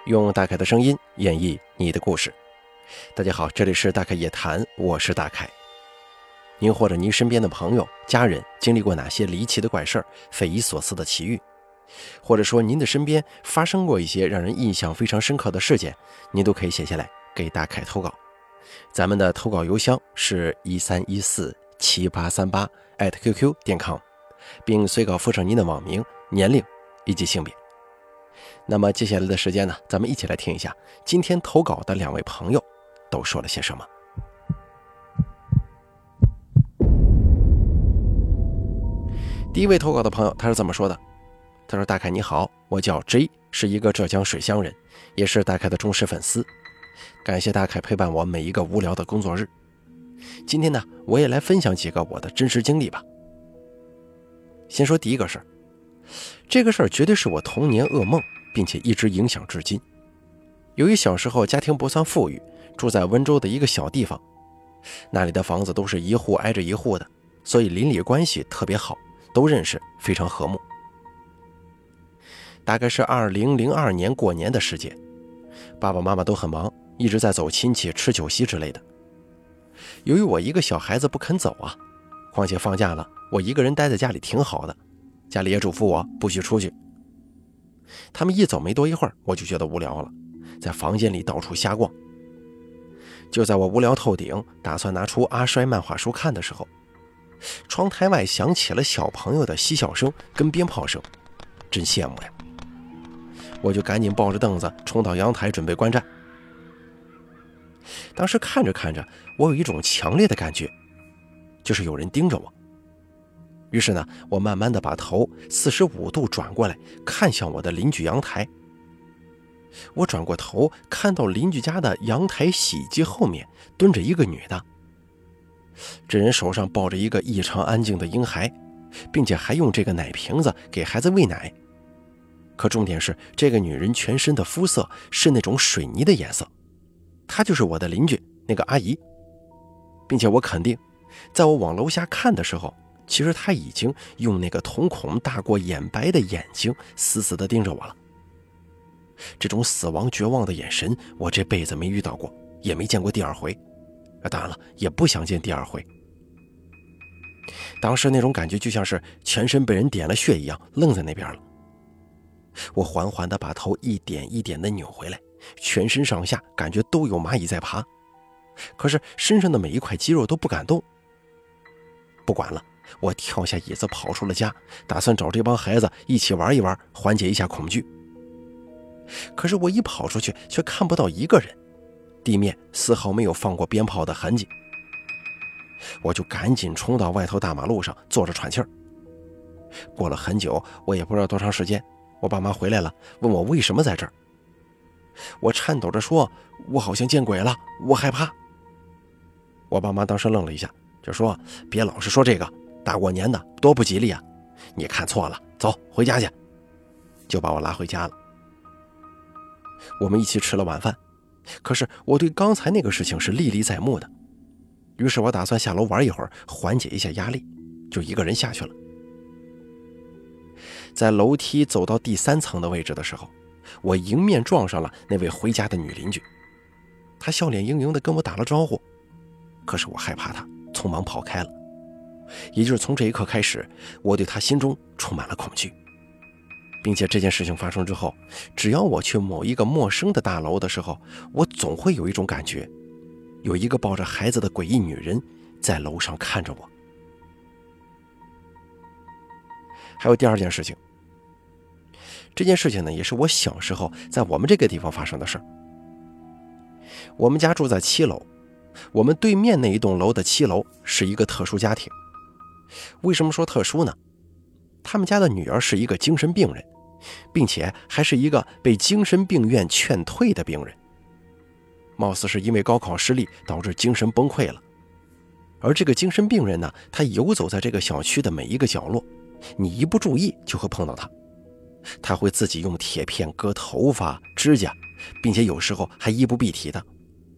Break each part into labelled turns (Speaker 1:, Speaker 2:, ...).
Speaker 1: 用大凯的声音演绎你的故事。大家好，这里是大凯夜谈，我是大凯。您或者您身边的朋友、家人经历过哪些离奇的怪事儿、匪夷所思的奇遇，或者说您的身边发生过一些让人印象非常深刻的事件，您都可以写下来给大凯投稿。咱们的投稿邮箱是13147838@qq.com， 并随稿附上您的网名、年龄以及性别。那么接下来的时间呢，咱们一起来听一下今天投稿的两位朋友都说了些什么。第一位投稿的朋友他是这么说的，他说：大凯你好，我叫 J， 是一个浙江水乡人，也是大凯的忠实粉丝，感谢大凯陪伴我每一个无聊的工作日。今天呢，我也来分享几个我的真实经历吧。先说第一个事儿，这个事儿绝对是我童年噩梦，并且一直影响至今。由于小时候家庭不算富裕，住在温州的一个小地方，那里的房子都是一户挨着一户的，所以邻里关系特别好，都认识，非常和睦。大概是2002年过年的时节，爸爸妈妈都很忙，一直在走亲戚、吃酒席之类的。由于我一个小孩子不肯走啊，况且放假了，我一个人待在家里挺好的，家里也嘱咐我不许出去。他们一走没多一会儿，我就觉得无聊了，在房间里到处瞎逛。就在我无聊透顶，打算拿出阿衰漫画书看的时候，窗台外响起了小朋友的嬉笑声跟鞭炮声，真羡慕呀！我就赶紧抱着凳子冲到阳台准备观战。当时看着看着，我有一种强烈的感觉，就是有人盯着我。于是呢，我慢慢的把头45度转过来，看向我的邻居阳台。我转过头，看到邻居家的阳台洗衣机后面蹲着一个女的，这人手上抱着一个异常安静的婴孩，并且还用这个奶瓶子给孩子喂奶。可重点是，这个女人全身的肤色是那种水泥的颜色，她就是我的邻居那个阿姨，并且我肯定，在我往楼下看的时候，其实她已经用那个瞳孔大过眼白的眼睛死死地盯着我了。这种死亡绝望的眼神，我这辈子没遇到过，也没见过第二回，当然了，也不想见第二回。当时那种感觉就像是全身被人点了穴一样，愣在那边了。我缓缓地把头一点一点地扭回来，全身上下感觉都有蚂蚁在爬，可是身上的每一块肌肉都不敢动。不管了，我跳下椅子跑出了家，打算找这帮孩子一起玩一玩，缓解一下恐惧。可是我一跑出去，却看不到一个人，地面丝毫没有放过鞭炮的痕迹。我就赶紧冲到外头大马路上坐着喘气儿。过了很久，我也不知道多长时间，我爸妈回来了，问我为什么在这儿。我颤抖着说，我好像见鬼了，我害怕。我爸妈当时愣了一下，就说，别老是说这个，大过年的多不吉利啊，你看错了，走回家去，就把我拉回家了。我们一起吃了晚饭，可是我对刚才那个事情是历历在目的，于是我打算下楼玩一会儿，缓解一下压力，就一个人下去了。在楼梯走到第3层的位置的时候，我迎面撞上了那位回家的女邻居，她笑脸盈盈地跟我打了招呼，可是我害怕她，匆忙跑开了。也就是从这一刻开始，我对她心中充满了恐惧，并且这件事情发生之后，只要我去某一个陌生的大楼的时候，我总会有一种感觉，有一个抱着孩子的诡异女人在楼上看着我。还有第二件事情，这件事情呢，也是我小时候在我们这个地方发生的事儿。我们家住在7楼，我们对面那一栋楼的7楼是一个特殊家庭。为什么说特殊呢？他们家的女儿是一个精神病人，并且还是一个被精神病院劝退的病人，貌似是因为高考失利导致精神崩溃了。而这个精神病人呢，他游走在这个小区的每一个角落，你一不注意就会碰到他。他会自己用铁片割头发、指甲，并且有时候还衣不蔽体的。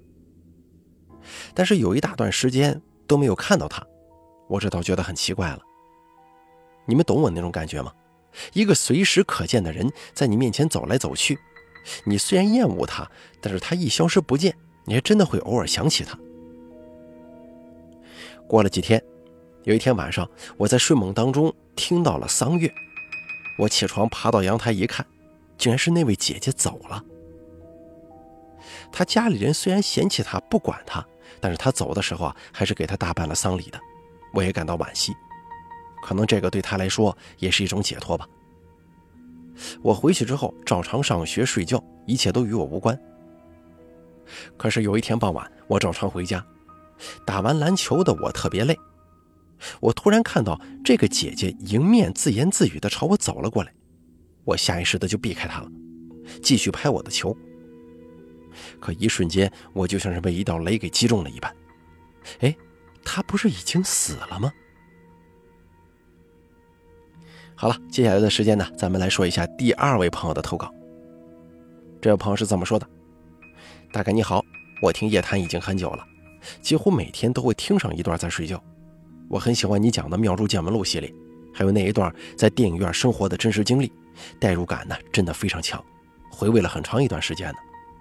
Speaker 1: 但是有一大段时间都没有看到他，我这倒觉得很奇怪了。你们懂我那种感觉吗？一个随时可见的人在你面前走来走去， 你虽然厌恶他，但是他一消失不见，你还真的会偶尔想起他。过了几天，有一天晚上，我在睡梦当中听到了桑乐。我起床爬到阳台一看，竟然是那位姐姐走了。她家里人虽然嫌弃她不管她，但是她走的时候还是给她大办了丧礼的，我也感到惋惜。可能这个对她来说也是一种解脱吧。我回去之后照常上学睡觉，一切都与我无关。可是有一天傍晚，我照常回家，打完篮球的我特别累，我突然看到这个姐姐迎面自言自语地朝我走了过来，我下意识地就避开她了，继续拍我的球。可一瞬间，我就像是被一道雷给击中了一般。哎，她不是已经死了吗？好了，接下来的时间呢，咱们来说一下第二位朋友的投稿。这位朋友是这么说的：大概你好，我听夜谈已经很久了，几乎每天都会听上一段再睡觉。我很喜欢你讲的妙珠见闻录系列，还有那一段在电影院生活的真实经历，代入感呢真的非常强，回味了很长一段时间呢。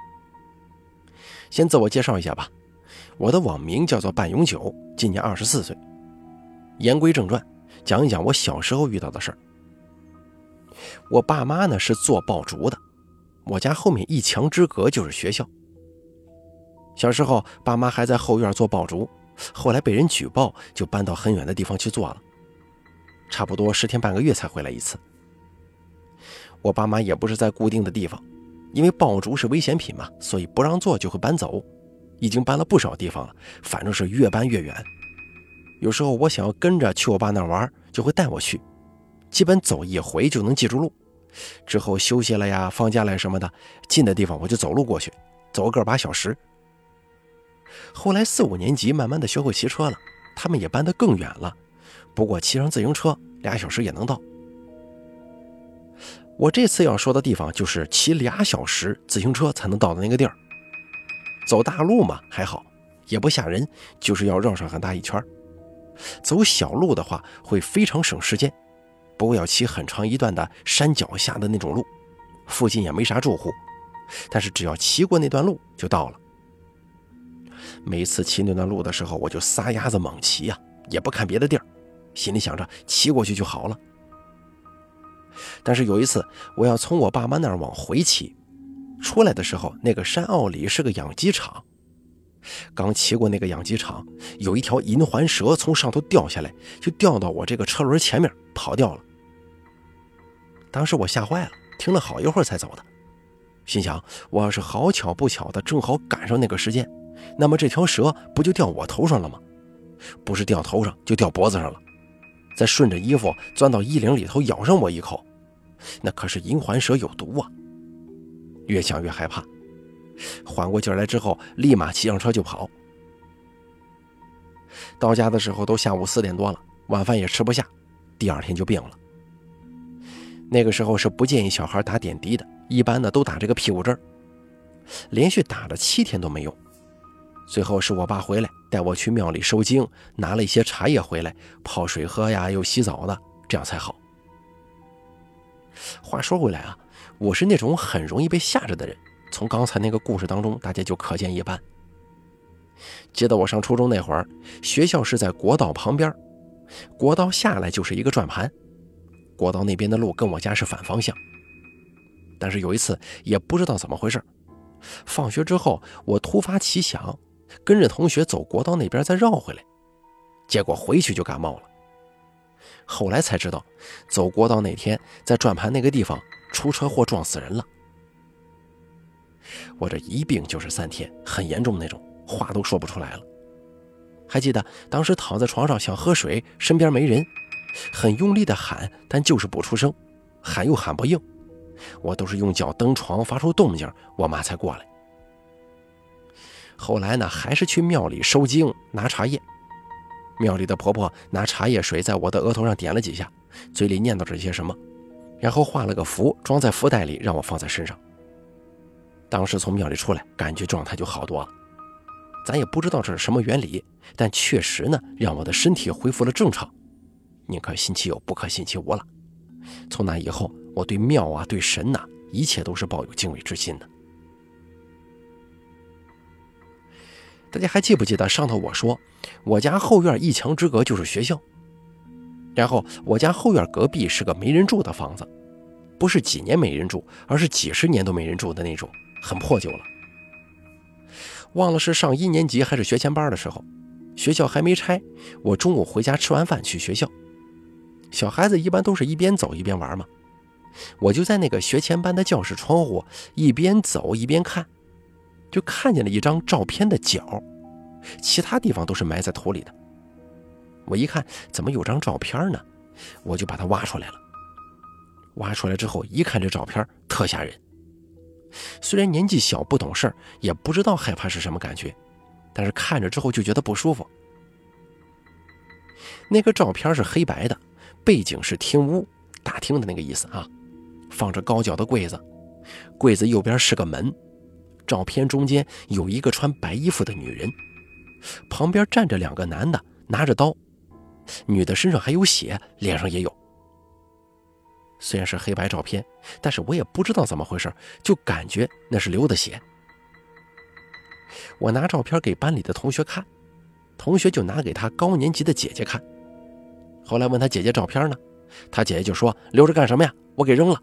Speaker 1: 先自我介绍一下吧，我的网名叫做半永久，今年24岁。言归正传，讲一讲我小时候遇到的事儿。我爸妈呢是做爆竹的，我家后面一墙之隔就是学校。小时候爸妈还在后院做爆竹，后来被人举报，就搬到很远的地方去做了，差不多10天半个月才回来一次。我爸妈也不是在固定的地方，因为爆竹是危险品嘛，所以不让做就会搬走，已经搬了不少地方了，反正是越搬越远。有时候我想要跟着去我爸那玩，就会带我去，基本走一回就能记住路，之后休息了呀，放假了什么的，近的地方我就走路过去，走个把小时。后来4、5年级慢慢的学会骑车了，他们也搬得更远了，不过骑上自行车2小时也能到。我这次要说的地方就是骑2小时自行车才能到的那个地儿。走大路嘛还好，也不吓人，就是要绕上很大一圈。走小路的话会非常省时间，不过要骑很长一段的山脚下的那种路，附近也没啥住户，但是只要骑过那段路就到了。每次骑那段路的时候，我就撒丫子猛骑啊，也不看别的地儿，心里想着骑过去就好了。但是有一次我要从我爸妈那儿往回骑，出来的时候那个山坳里是个养鸡场，刚骑过那个养鸡场，有一条银环蛇从上头掉下来，就掉到我这个车轮前面跑掉了。当时我吓坏了，停了好一会儿才走的，心想我要是好巧不巧的正好赶上那个时间，那么这条蛇不就掉我头上了吗？不是掉头上就掉脖子上了，再顺着衣服钻到衣领里头咬上我一口，那可是银环蛇有毒啊！越想越害怕，缓过劲来之后立马骑上车就跑。到家的时候都下午4点多了，晚饭也吃不下，第2天就病了。那个时候是不建议小孩打点滴的，一般的都打这个屁股针，连续打了7天都没用。最后是我爸回来带我去庙里收经，拿了一些茶叶回来泡水喝呀，又洗澡的，这样才好。话说回来啊，我是那种很容易被吓着的人，从刚才那个故事当中大家就可见一斑。记得我上初中那会儿，学校是在国道旁边，国道下来就是一个转盘，国道那边的路跟我家是反方向。但是有一次也不知道怎么回事，放学之后我突发奇想，跟着同学走国道那边再绕回来，结果回去就感冒了。后来才知道，走国道那天在转盘那个地方出车祸撞死人了。我这一病就是3天，很严重那种，话都说不出来了。还记得当时躺在床上想喝水，身边没人，很用力的喊，但就是不出声，喊又喊不应，我都是用脚蹬床发出动静，我妈才过来。后来呢，还是去庙里收经拿茶叶，庙里的婆婆拿茶叶水在我的额头上点了几下，嘴里念叨着些什么，然后画了个符装在福袋里让我放在身上。当时从庙里出来，感觉状态就好多了，咱也不知道这是什么原理，但确实呢让我的身体恢复了正常，宁可信其有不可信其无了。从那以后我对庙啊对神呐一切都是抱有敬畏之心的。大家还记不记得上头我说我家后院一墙之隔就是学校，然后我家后院隔壁是个没人住的房子，不是几年没人住，而是几十年都没人住的那种，很破旧了。忘了是上1年级还是学前班的时候，学校还没拆，我中午回家吃完饭去学校。小孩子一般都是一边走一边玩嘛，我就在那个学前班的教室窗户一边走一边看，就看见了一张照片的角，其他地方都是埋在土里的。我一看怎么有张照片呢，我就把它挖出来了。挖出来之后一看这照片特吓人，虽然年纪小不懂事儿，也不知道害怕是什么感觉，但是看着之后就觉得不舒服。那个照片是黑白的，背景是厅屋，大厅的那个意思啊，放着高脚的柜子，柜子右边是个门，照片中间有一个穿白衣服的女人，旁边站着2个男的拿着刀，女的身上还有血，脸上也有。虽然是黑白照片，但是我也不知道怎么回事，就感觉那是流的血。我拿照片给班里的同学看，同学就拿给他高年级的姐姐看。后来问他姐姐照片呢，他姐姐就说留着干什么呀，我给扔了。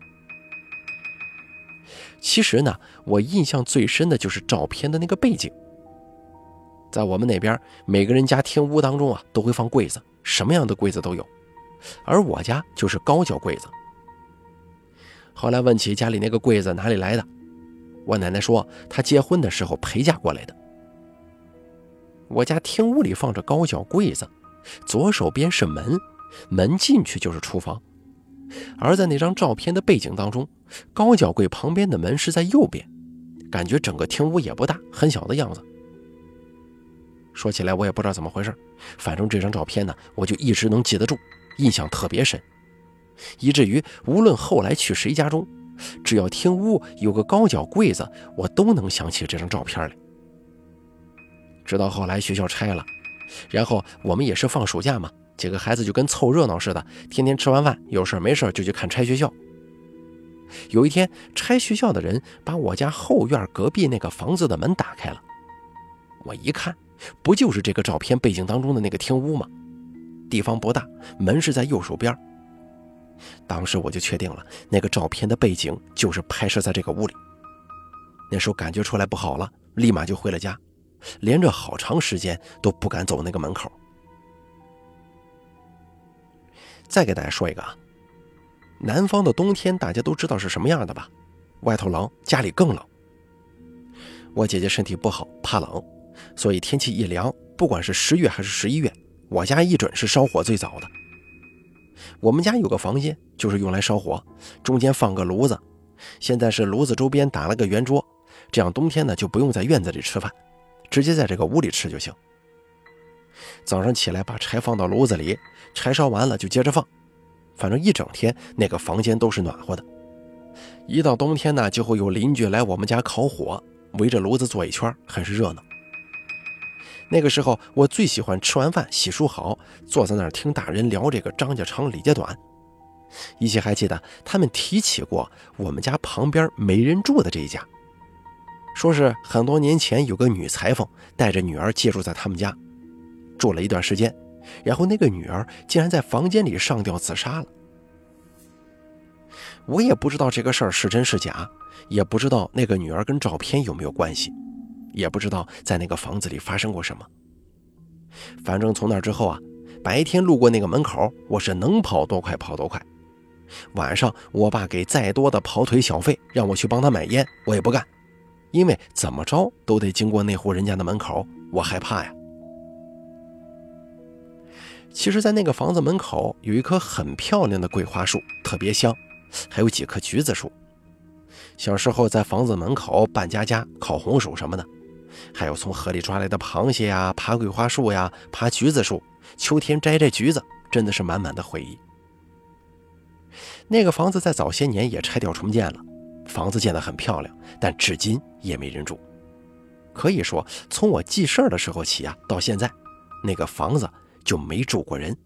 Speaker 1: 其实呢，我印象最深的就是照片的那个背景。在我们那边，每个人家厅屋当中啊都会放柜子，什么样的柜子都有，而我家就是高脚柜子。后来问起家里那个柜子哪里来的，我奶奶说她结婚的时候陪嫁过来的。我家厅屋里放着高脚柜子，左手边是门，门进去就是厨房。而在那张照片的背景当中，高脚柜旁边的门是在右边，感觉整个厅屋也不大，很小的样子。说起来我也不知道怎么回事，反正这张照片呢，我就一直能记得住，印象特别深，以至于无论后来去谁家中，只要厅屋有个高脚柜子，我都能想起这张照片来。直到后来学校拆了，然后我们也是放暑假嘛，几个孩子就跟凑热闹似的，天天吃完饭有事没事就去看拆学校。有一天拆学校的人把我家后院隔壁那个房子的门打开了，我一看不就是这个照片背景当中的那个厅屋吗？地方不大，门是在右手边。当时我就确定了，那个照片的背景就是拍摄在这个屋里。那时候感觉出来不好了，立马就回了家，连着好长时间都不敢走那个门口。再给大家说一个啊，南方的冬天大家都知道是什么样的吧？外头冷，家里更冷。我姐姐身体不好，怕冷，所以天气一凉，不管是10月还是11月，我家一准是烧火最早的。我们家有个房间就是用来烧火，中间放个炉子，现在是炉子周边打了个圆桌，这样冬天呢就不用在院子里吃饭，直接在这个屋里吃就行。早上起来把柴放到炉子里，柴烧完了就接着放，反正一整天那个房间都是暖和的。一到冬天呢，就会有邻居来我们家烤火，围着炉子坐一圈，很是热闹。那个时候我最喜欢吃完饭洗漱好，坐在那儿听大人聊这个张家长李家短。依稀还记得他们提起过我们家旁边没人住的这一家，说是很多年前有个女裁缝带着女儿借住在他们家，住了一段时间，然后那个女儿竟然在房间里上吊自杀了。我也不知道这个事儿是真是假，也不知道那个女儿跟照片有没有关系，也不知道在那个房子里发生过什么。反正从那之后啊，白天路过那个门口，我是能跑多快跑多快。晚上我爸给再多的跑腿小费，让我去帮他买烟，我也不干，因为怎么着都得经过那户人家的门口，我害怕呀。其实在那个房子门口有一棵很漂亮的桂花树，特别香，还有几棵橘子树。小时候在房子门口扮家家，烤红薯什么的，还有从河里抓来的螃蟹呀，爬桂花树呀，爬橘子树，秋天摘橘子，真的是满满的回忆。那个房子在早些年也拆掉重建了，房子建得很漂亮，但至今也没人住。可以说从我记事儿的时候起啊，到现在那个房子就没住过人。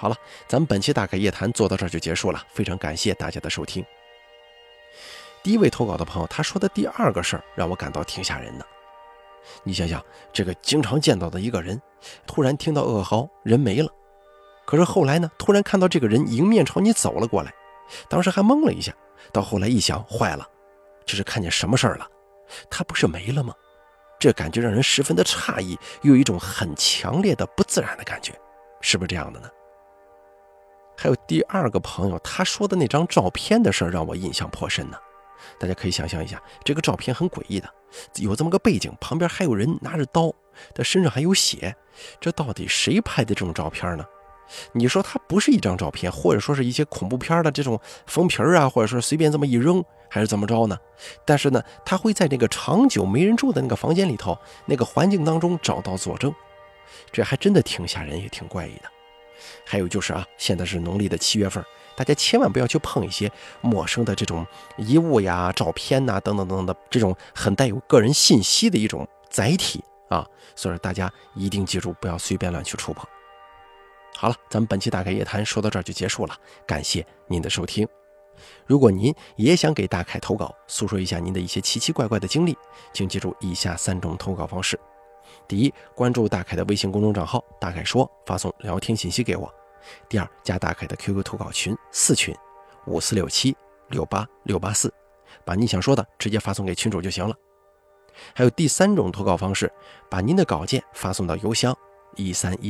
Speaker 1: 好了，咱们本期大凯夜谈做到这儿就结束了，非常感谢大家的收听。第一位投稿的朋友，他说的第二个事儿让我感到挺吓人的。你想想，这个经常见到的一个人，突然听到噩耗，人没了。可是后来呢，突然看到这个人迎面朝你走了过来，当时还懵了一下，到后来一想，坏了，这是看见什么事儿了？他不是没了吗？这感觉让人十分的诧异，又有一种很强烈的不自然的感觉，是不是这样的呢？还有第二个朋友，他说的那张照片的事儿让我印象颇深呢。大家可以想象一下，这个照片很诡异的，有这么个背景，旁边还有人拿着刀，他身上还有血，这到底谁拍的这种照片呢？你说它不是一张照片，或者说是一些恐怖片的这种封皮啊，或者说随便这么一扔，还是怎么着呢？但是呢，他会在那个长久没人住的那个房间里头，那个环境当中找到佐证，这还真的挺吓人，也挺怪异的。还有就是啊，现在是农历的7月份，大家千万不要去碰一些陌生的这种衣物呀、照片呐等等等等的这种很带有个人信息的一种载体啊，所以大家一定记住，不要随便乱去触碰。好了，咱们本期大凯夜谈说到这儿就结束了，感谢您的收听。如果您也想给大凯投稿，诉说一下您的一些奇奇怪怪的经历，请记住以下3种投稿方式。第一，关注大凯的微信公众账号大凯说，发送聊天信息给我。第二，加大凯的 QQ 投稿群4群5467-68684，把你想说的直接发送给群主就行了。还有第3种投稿方式，把您的稿件发送到邮箱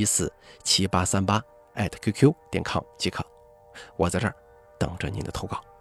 Speaker 1: 13147838@qq.com 即可，我在这儿等着您的投稿。